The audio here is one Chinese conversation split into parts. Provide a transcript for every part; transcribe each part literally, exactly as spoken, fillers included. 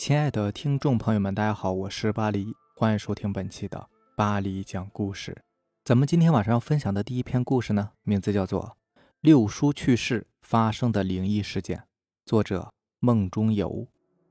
亲爱的听众朋友们，大家好，我是巴黎，欢迎收听本期的巴黎讲故事。咱们今天晚上要分享的第一篇故事呢，名字叫做六叔去世发生的灵异事件，作者梦中游。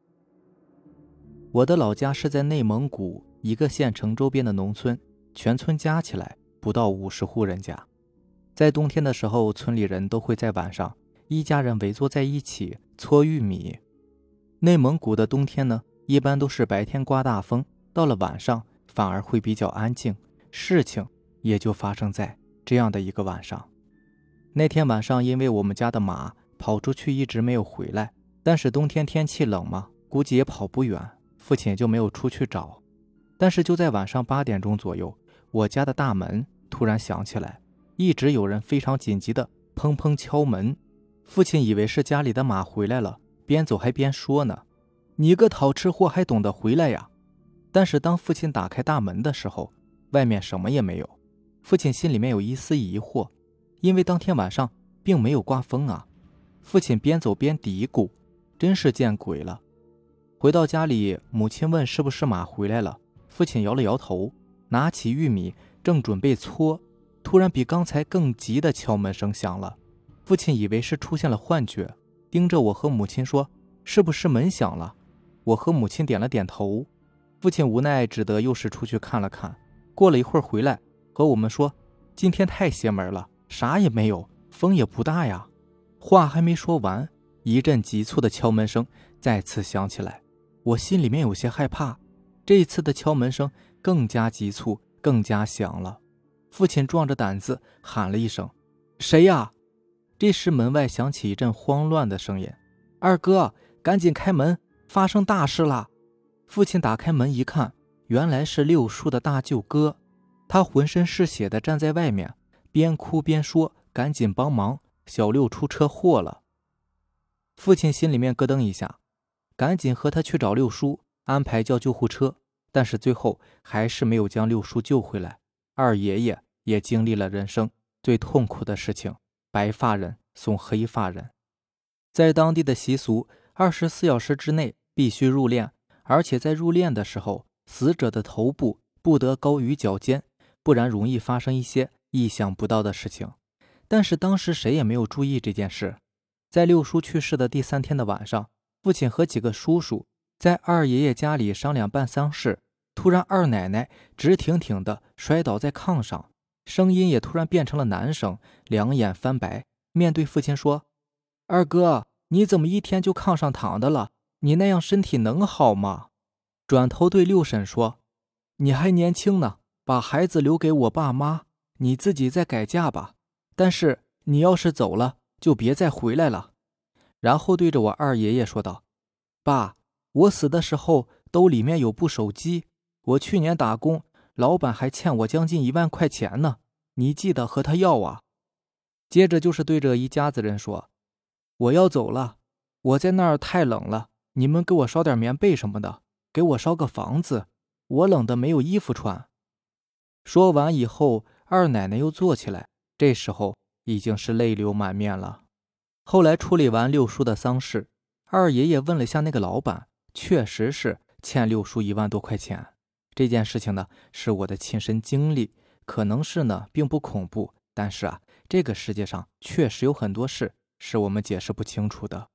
我的老家是在内蒙古一个县城周边的农村，全村加起来不到五十户人家。在冬天的时候，村里人都会在晚上一家人围坐在一起搓玉米。内蒙古的冬天呢，一般都是白天刮大风，到了晚上反而会比较安静，事情也就发生在这样的一个晚上。那天晚上，因为我们家的马跑出去一直没有回来，但是冬天天气冷嘛，估计也跑不远，父亲就没有出去找。但是就在晚上八点钟左右，我家的大门突然响起来，一直有人非常紧急的砰砰敲门。父亲以为是家里的马回来了，边走还边说呢，你个讨吃货还懂得回来呀。但是当父亲打开大门的时候，外面什么也没有。父亲心里面有一丝疑惑，因为当天晚上并没有刮风啊。父亲边走边嘀咕，真是见鬼了。回到家里，母亲问是不是马回来了，父亲摇了摇头，拿起玉米正准备搓，突然比刚才更急的敲门声响了。父亲以为是出现了幻觉，盯着我和母亲说，是不是门响了？我和母亲点了点头。父亲无奈只得又是出去看了看，过了一会儿回来和我们说，今天太邪门了，啥也没有，风也不大呀。话还没说完，一阵急促的敲门声再次响起来。我心里面有些害怕，这次的敲门声更加急促，更加响了。父亲壮着胆子喊了一声，谁呀？这时门外响起一阵慌乱的声音，二哥，赶紧开门，发生大事了。父亲打开门一看，原来是六叔的大舅哥，他浑身是血的站在外面，边哭边说，赶紧帮忙，小六出车祸了。父亲心里面咯噔一下，赶紧和他去找六叔，安排叫救护车，但是最后还是没有将六叔救回来。二爷爷也经历了人生最痛苦的事情，白发人送黑发人。在当地的习俗，二十四小时之内必须入殓，而且在入殓的时候，死者的头部不得高于脚尖，不然容易发生一些意想不到的事情。但是当时谁也没有注意这件事。在六叔去世的第三天的晚上，父亲和几个叔叔在二爷爷家里商量办丧事，突然二奶奶直挺挺地摔倒在炕上，声音也突然变成了男声，两眼翻白，面对父亲说，二哥，你怎么一天就炕上躺的了？你那样身体能好吗？转头对六婶说，你还年轻呢，把孩子留给我爸妈，你自己再改嫁吧，但是你要是走了就别再回来了。然后对着我二爷爷说道，爸，我死的时候兜里面有部手机，我去年打工，老板还欠我将近一万块钱呢，你记得和他要啊。接着就是对着一家子人说，我要走了，我在那儿太冷了，你们给我烧点棉被什么的，给我烧个房子，我冷得没有衣服穿。说完以后，二奶奶又坐起来，这时候已经是泪流满面了。后来处理完六叔的丧事，二爷爷问了下那个老板，确实是欠六叔一万多块钱。这件事情呢，是我的亲身经历，可能是呢并不恐怖，但是啊，这个世界上确实有很多事是我们解释不清楚的。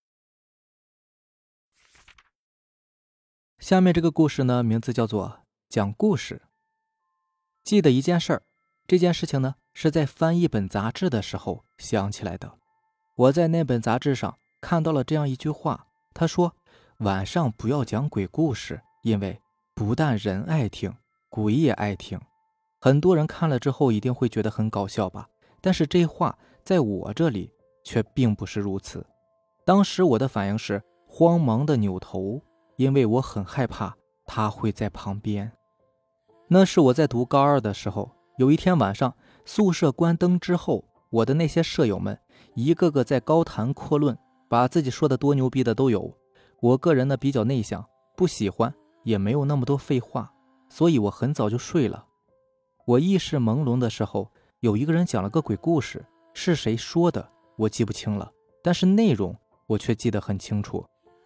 下面这个故事呢，名字叫做讲故事。记得一件事儿，这件事情呢是在翻一本杂志的时候想起来的。我在那本杂志上看到了这样一句话，他说，晚上不要讲鬼故事，因为不但人爱听，鬼也爱听。很多人看了之后一定会觉得很搞笑吧，但是这话在我这里却并不是如此。当时我的反应是慌忙的扭头，因为我很害怕他会在旁边。那是我在读高二的时候，有一天晚上，宿舍关灯之后，我的那些舍友们一个个在高谈阔论，把自己说的多牛逼的都有。我个人呢比较内向，不喜欢，也没有那么多废话，所以我很早就睡了。我意识朦胧的时候，有一个人讲了个鬼故事，是谁说的我记不清了，但是内容我却记得很清楚。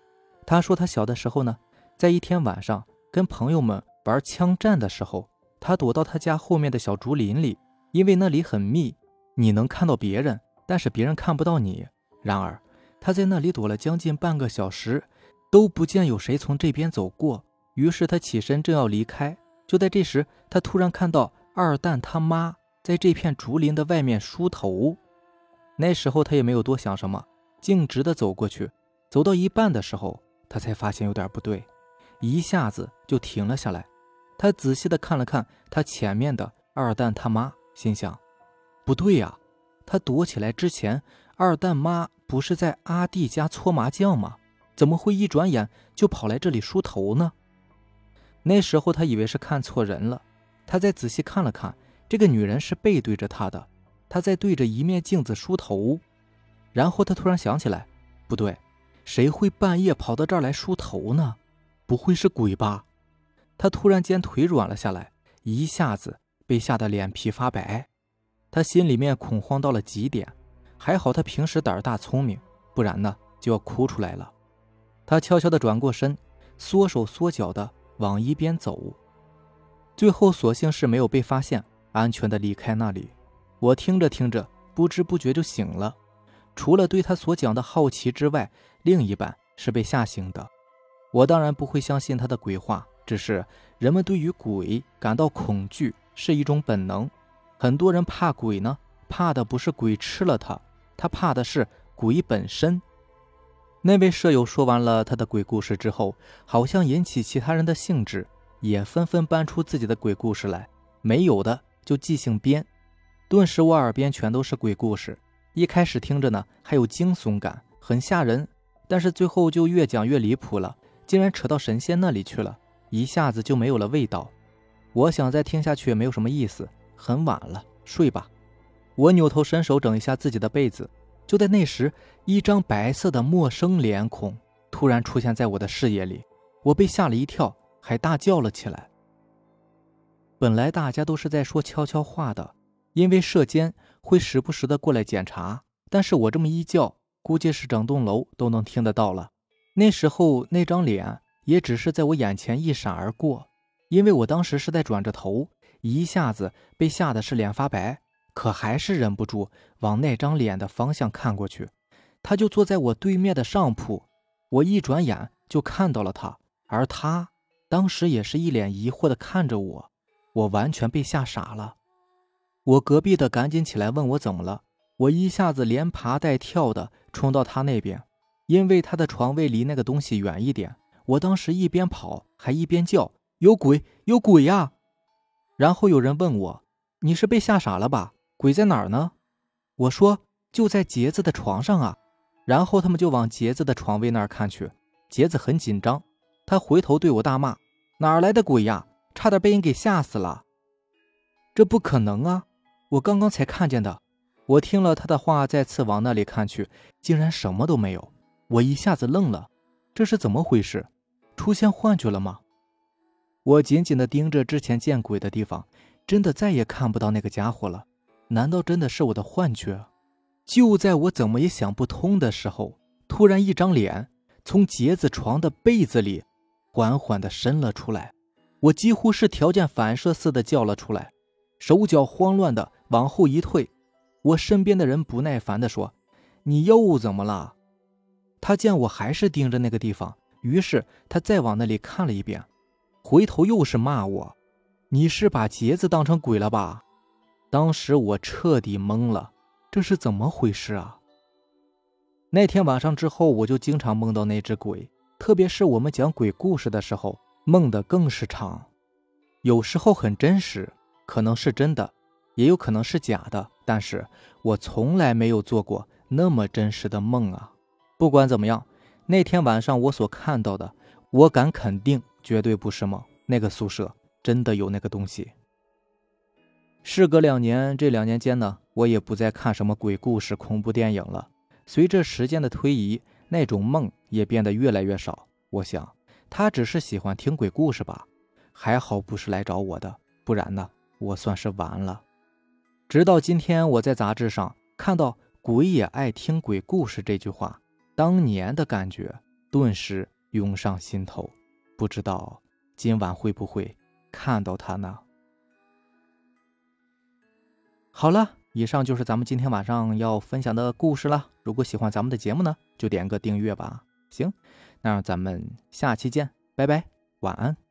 他说他小的时候呢，在一天晚上跟朋友们玩枪战的时候，他躲到他家后面的小竹林里，因为那里很密，你能看到别人，但是别人看不到你。然而他在那里躲了将近半个小时，都不见有谁从这边走过。于是他起身正要离开，就在这时，他突然看到二蛋他妈在这片竹林的外面梳头。那时候他也没有多想什么，径直地走过去。走到一半的时候，他才发现有点不对，一下子就停了下来。他仔细地看了看他前面的二蛋他妈，心想不对呀、啊，他躲起来之前，二蛋妈不是在阿弟家搓麻将吗？怎么会一转眼就跑来这里梳头呢？那时候他以为是看错人了，他再仔细看了看，这个女人是背对着他的，他在对着一面镜子梳头。然后他突然想起来，不对，谁会半夜跑到这儿来梳头呢？不会是鬼吧？他突然间腿软了下来，一下子被吓得脸皮发白。他心里面恐慌到了极点，还好他平时胆大聪明，不然呢就要哭出来了。他悄悄地转过身，缩手缩脚的往一边走，最后索性是没有被发现，安全地离开那里。我听着听着，不知不觉就醒了。除了对他所讲的好奇之外，另一半是被吓醒的。我当然不会相信他的鬼话，只是人们对于鬼感到恐惧是一种本能。很多人怕鬼呢，怕的不是鬼吃了他，他怕的是鬼本身。那位舍友说完了他的鬼故事之后，好像引起其他人的兴致，也纷纷搬出自己的鬼故事来，没有的就即兴编。顿时我耳边全都是鬼故事，一开始听着呢还有惊悚感，很吓人，但是最后就越讲越离谱了，竟然扯到神仙那里去了，一下子就没有了味道。我想再听下去也没有什么意思，很晚了，睡吧。我扭头伸手整一下自己的被子，就在那时，一张白色的陌生脸孔突然出现在我的视野里，我被吓了一跳，还大叫了起来。本来大家都是在说悄悄话的，因为舍监会时不时的过来检查，但是我这么一叫，估计是整栋楼都能听得到了。那时候那张脸也只是在我眼前一闪而过，因为我当时是在转着头，一下子被吓得是脸发白，可还是忍不住往那张脸的方向看过去。他就坐在我对面的上铺，我一转眼就看到了他，而他当时也是一脸疑惑地看着我，我完全被吓傻了。我隔壁的赶紧起来问我怎么了，我一下子连爬带跳的冲到他那边，因为他的床位离那个东西远一点，我当时一边跑还一边叫有鬼有鬼呀！然后有人问我，你是被吓傻了吧？鬼在哪儿呢？我说就在杰子的床上啊。然后他们就往杰子的床位那儿看去，杰子很紧张，他回头对我大骂，哪儿来的鬼呀，差点被人给吓死了。这不可能啊，我刚刚才看见的。我听了他的话，再次往那里看去，竟然什么都没有。我一下子愣了，这是怎么回事？出现幻觉了吗？我紧紧地盯着之前见鬼的地方，真的再也看不到那个家伙了。难道真的是我的幻觉？就在我怎么也想不通的时候，突然一张脸从杰子床的被子里缓缓地伸了出来，我几乎是条件反射似的叫了出来，手脚慌乱地往后一退。我身边的人不耐烦地说，你又怎么了？他见我还是盯着那个地方，于是他再往那里看了一遍，回头又是骂我，你是把杰子当成鬼了吧？当时我彻底懵了，这是怎么回事啊？那天晚上之后，我就经常梦到那只鬼，特别是我们讲鬼故事的时候，梦的更是长。有时候很真实，可能是真的，也有可能是假的，但是我从来没有做过那么真实的梦啊。不管怎么样，那天晚上我所看到的，我敢肯定绝对不是梦，那个宿舍真的有那个东西。事隔两年，这两年间呢，我也不再看什么鬼故事、恐怖电影了。随着时间的推移，那种梦也变得越来越少。我想，他只是喜欢听鬼故事吧，还好不是来找我的，不然呢，我算是完了。直到今天，我在杂志上看到“鬼也爱听鬼故事”这句话，当年的感觉顿时涌上心头，不知道今晚会不会看到它呢？好了，以上就是咱们今天晚上要分享的故事了。如果喜欢咱们的节目呢，就点个订阅吧。行，那咱们下期见，拜拜，晚安。